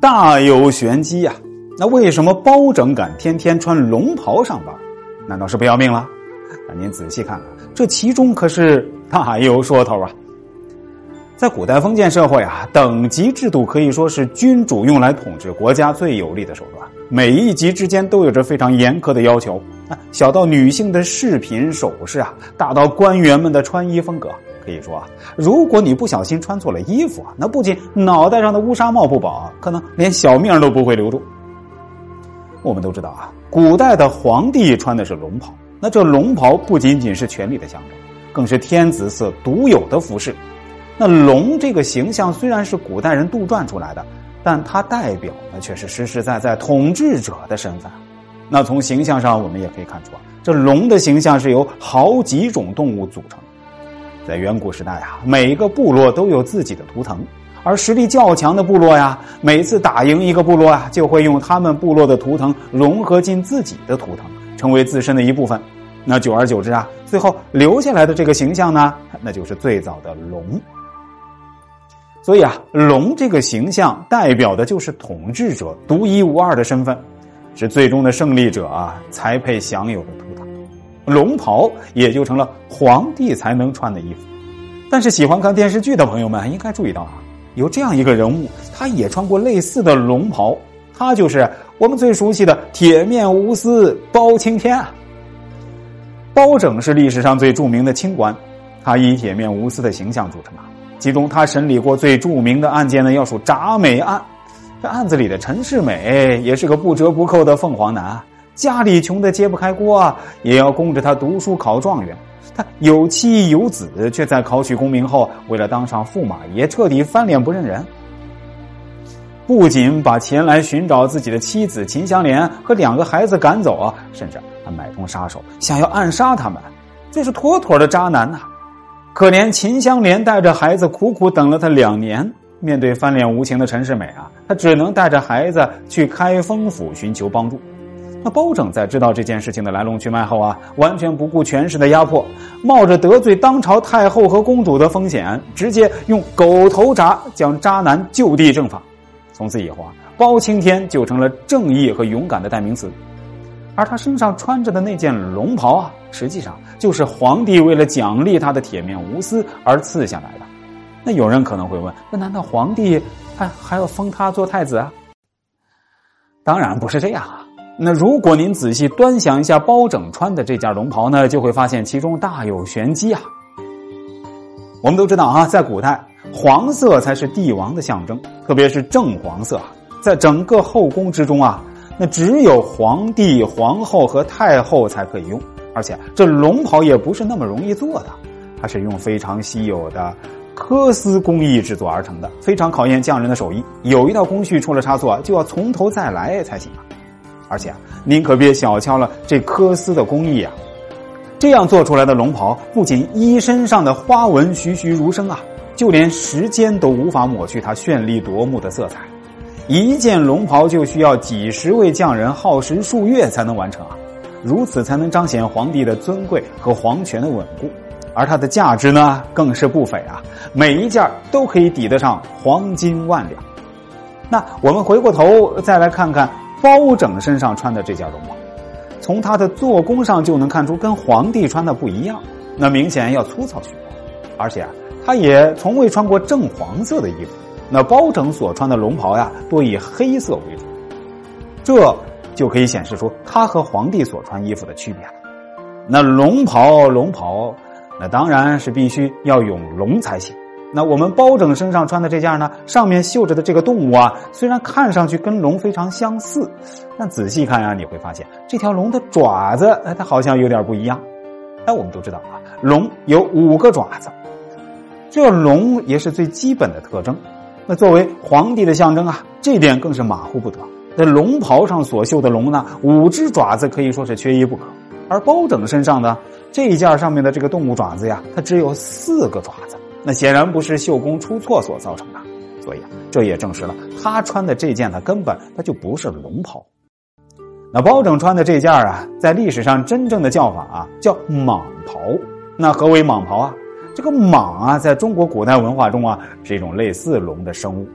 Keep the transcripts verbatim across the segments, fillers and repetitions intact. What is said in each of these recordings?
大有玄机啊！那为什么包拯敢天天穿龙袍上班？难道是不要命了？那您仔细看看，这其中可是大有说头啊！在古代封建社会啊，等级制度可以说是君主用来统治国家最有力的手段。每一级之间都有着非常严苛的要求，小到女性的饰品首饰啊，大到官员们的穿衣风格。可以说啊，如果你不小心穿错了衣服啊，那不仅脑袋上的乌纱帽不保，可能连小命都不会留住。我们都知道啊，古代的皇帝穿的是龙袍，那这龙袍不仅仅是权力的象征，更是天子色独有的服饰。那龙这个形象虽然是古代人杜撰出来的，但它代表的却是实实在在统治者的身份。那从形象上我们也可以看出啊，这龙的形象是由好几种动物组成。在远古时代啊，每个部落都有自己的图腾，而实力较强的部落呀，每次打赢一个部落啊，就会用他们部落的图腾融合进自己的图腾，成为自身的一部分。那久而久之啊，最后留下来的这个形象呢，那就是最早的龙。所以啊，龙这个形象代表的就是统治者独一无二的身份，是最终的胜利者啊才配享有的图腾。龙袍也就成了皇帝才能穿的衣服。但是喜欢看电视剧的朋友们应该注意到啊，有这样一个人物，他也穿过类似的龙袍，他就是我们最熟悉的铁面无私包青天啊。包拯是历史上最著名的清官，他以铁面无私的形象著称啊。其中他审理过最著名的案件呢，要数铡美案。这案子里的陈世美也是个不折不扣的凤凰男，家里穷得揭不开锅，也要供着他读书考状元。他有妻有子，却在考取功名后，为了当上驸马爷，彻底翻脸不认人。不仅把前来寻找自己的妻子秦香莲和两个孩子赶走啊，甚至还买通杀手，想要暗杀他们，这是妥妥的渣男呐、啊！可怜秦香莲带着孩子苦苦等了他两年，面对翻脸无情的陈世美啊，他只能带着孩子去开封府寻求帮助。那包拯在知道这件事情的来龙去脉后啊，完全不顾权势的压迫，冒着得罪当朝太后和公主的风险，直接用狗头铡将渣男就地正法。从此以后啊，包青天就成了正义和勇敢的代名词。而他身上穿着的那件龙袍啊，实际上就是皇帝为了奖励他的铁面无私而赐下来的。那有人可能会问，那难道皇帝还还要封他做太子啊？当然不是这样啊。那如果您仔细端详一下包拯穿的这件龙袍呢，就会发现其中大有玄机啊。我们都知道啊，在古代黄色才是帝王的象征，特别是正黄色，在整个后宫之中啊，那只有皇帝、皇后和太后才可以用。而且这龙袍也不是那么容易做的，它是用非常稀有的缂丝工艺制作而成的，非常考验匠人的手艺，有一道工序出了差错就要从头再来才行啊。而且您可别小瞧了这缂丝的工艺啊，这样做出来的龙袍不仅衣身上的花纹栩栩如生啊，就连时间都无法抹去它绚丽夺目的色彩。一件龙袍就需要几十位匠人耗时数月才能完成啊，如此才能彰显皇帝的尊贵和皇权的稳固。而它的价值呢，更是不菲啊，每一件都可以抵得上黄金万两。那我们回过头再来看看包拯身上穿的这件龙袍，从他的做工上就能看出跟皇帝穿的不一样，那明显要粗糙许多。而且啊，他也从未穿过正黄色的衣服，那包拯所穿的龙袍呀，多以黑色为主，这就可以显示出他和皇帝所穿衣服的区别了。那龙袍龙袍那当然是必须要有龙才行。那我们包拯身上穿的这件呢，上面绣着的这个动物啊，虽然看上去跟龙非常相似，但仔细看啊，你会发现这条龙的爪子它好像有点不一样。哎，我们都知道啊，龙有五个爪子，这龙也是最基本的特征。那作为皇帝的象征啊，这点更是马虎不得。在龙袍上所绣的龙呢，五只爪子可以说是缺一不可。而包拯身上呢，这一件上面的这个动物爪子呀，它只有四个爪子，那显然不是绣工出错所造成的。所以啊，这也证实了他穿的这件它根本它就不是龙袍。那包拯穿的这件啊，在历史上真正的叫法啊，叫蟒袍。那何为蟒袍啊？这个蟒啊，在中国古代文化中啊，是一种类似龙的生物。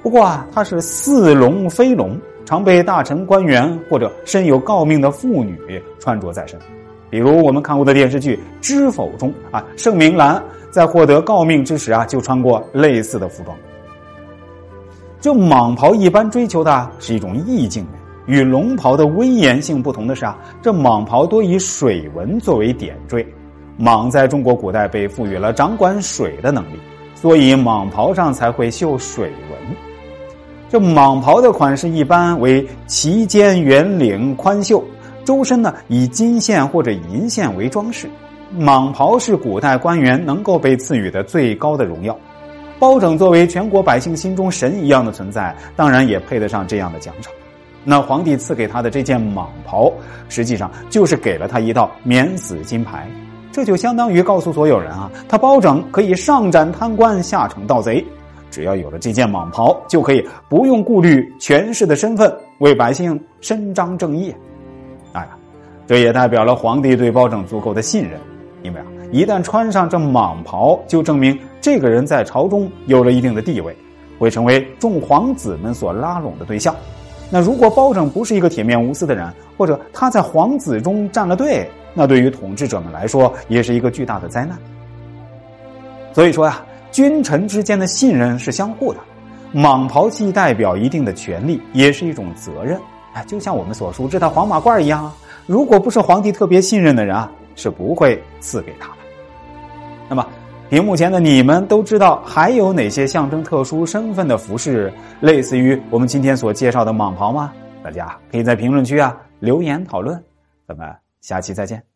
不过啊，它是似龙非龙，常被大臣官员或者身有诰命的妇女穿着在身。比如我们看过的电视剧《知否》中啊，盛明兰在获得诰命之时啊，就穿过类似的服装。这蟒袍一般追求的是一种意境美，与龙袍的威严性不同的是啊，这蟒袍多以水纹作为点缀。蟒在中国古代被赋予了掌管水的能力，所以蟒袍上才会绣水纹。这蟒袍的款式一般为齐肩圆领宽袖，周身呢以金线或者银线为装饰。蟒袍是古代官员能够被赐予的最高的荣耀。包拯作为全国百姓心中神一样的存在，当然也配得上这样的奖赏。那皇帝赐给他的这件蟒袍，实际上就是给了他一道免死金牌。这就相当于告诉所有人啊，他包拯可以上斩贪官，下惩盗贼。只要有了这件蟒袍，就可以不用顾虑权势的身份，为百姓伸张正义。哎呀，这也代表了皇帝对包拯足够的信任。因为啊，一旦穿上这蟒袍，就证明这个人在朝中有了一定的地位，会成为众皇子们所拉拢的对象。那如果包拯不是一个铁面无私的人，或者他在皇子中站了队，那对于统治者们来说也是一个巨大的灾难。所以说呀、啊，君臣之间的信任是相互的，蟒袍既代表一定的权利，也是一种责任。哎，就像我们所熟知的黄马褂一样啊，如果不是皇帝特别信任的人啊，是不会赐给他的。那么屏幕前的你们都知道还有哪些象征特殊身份的服饰类似于我们今天所介绍的蟒袍吗？大家可以在评论区啊留言讨论，咱们下期再见。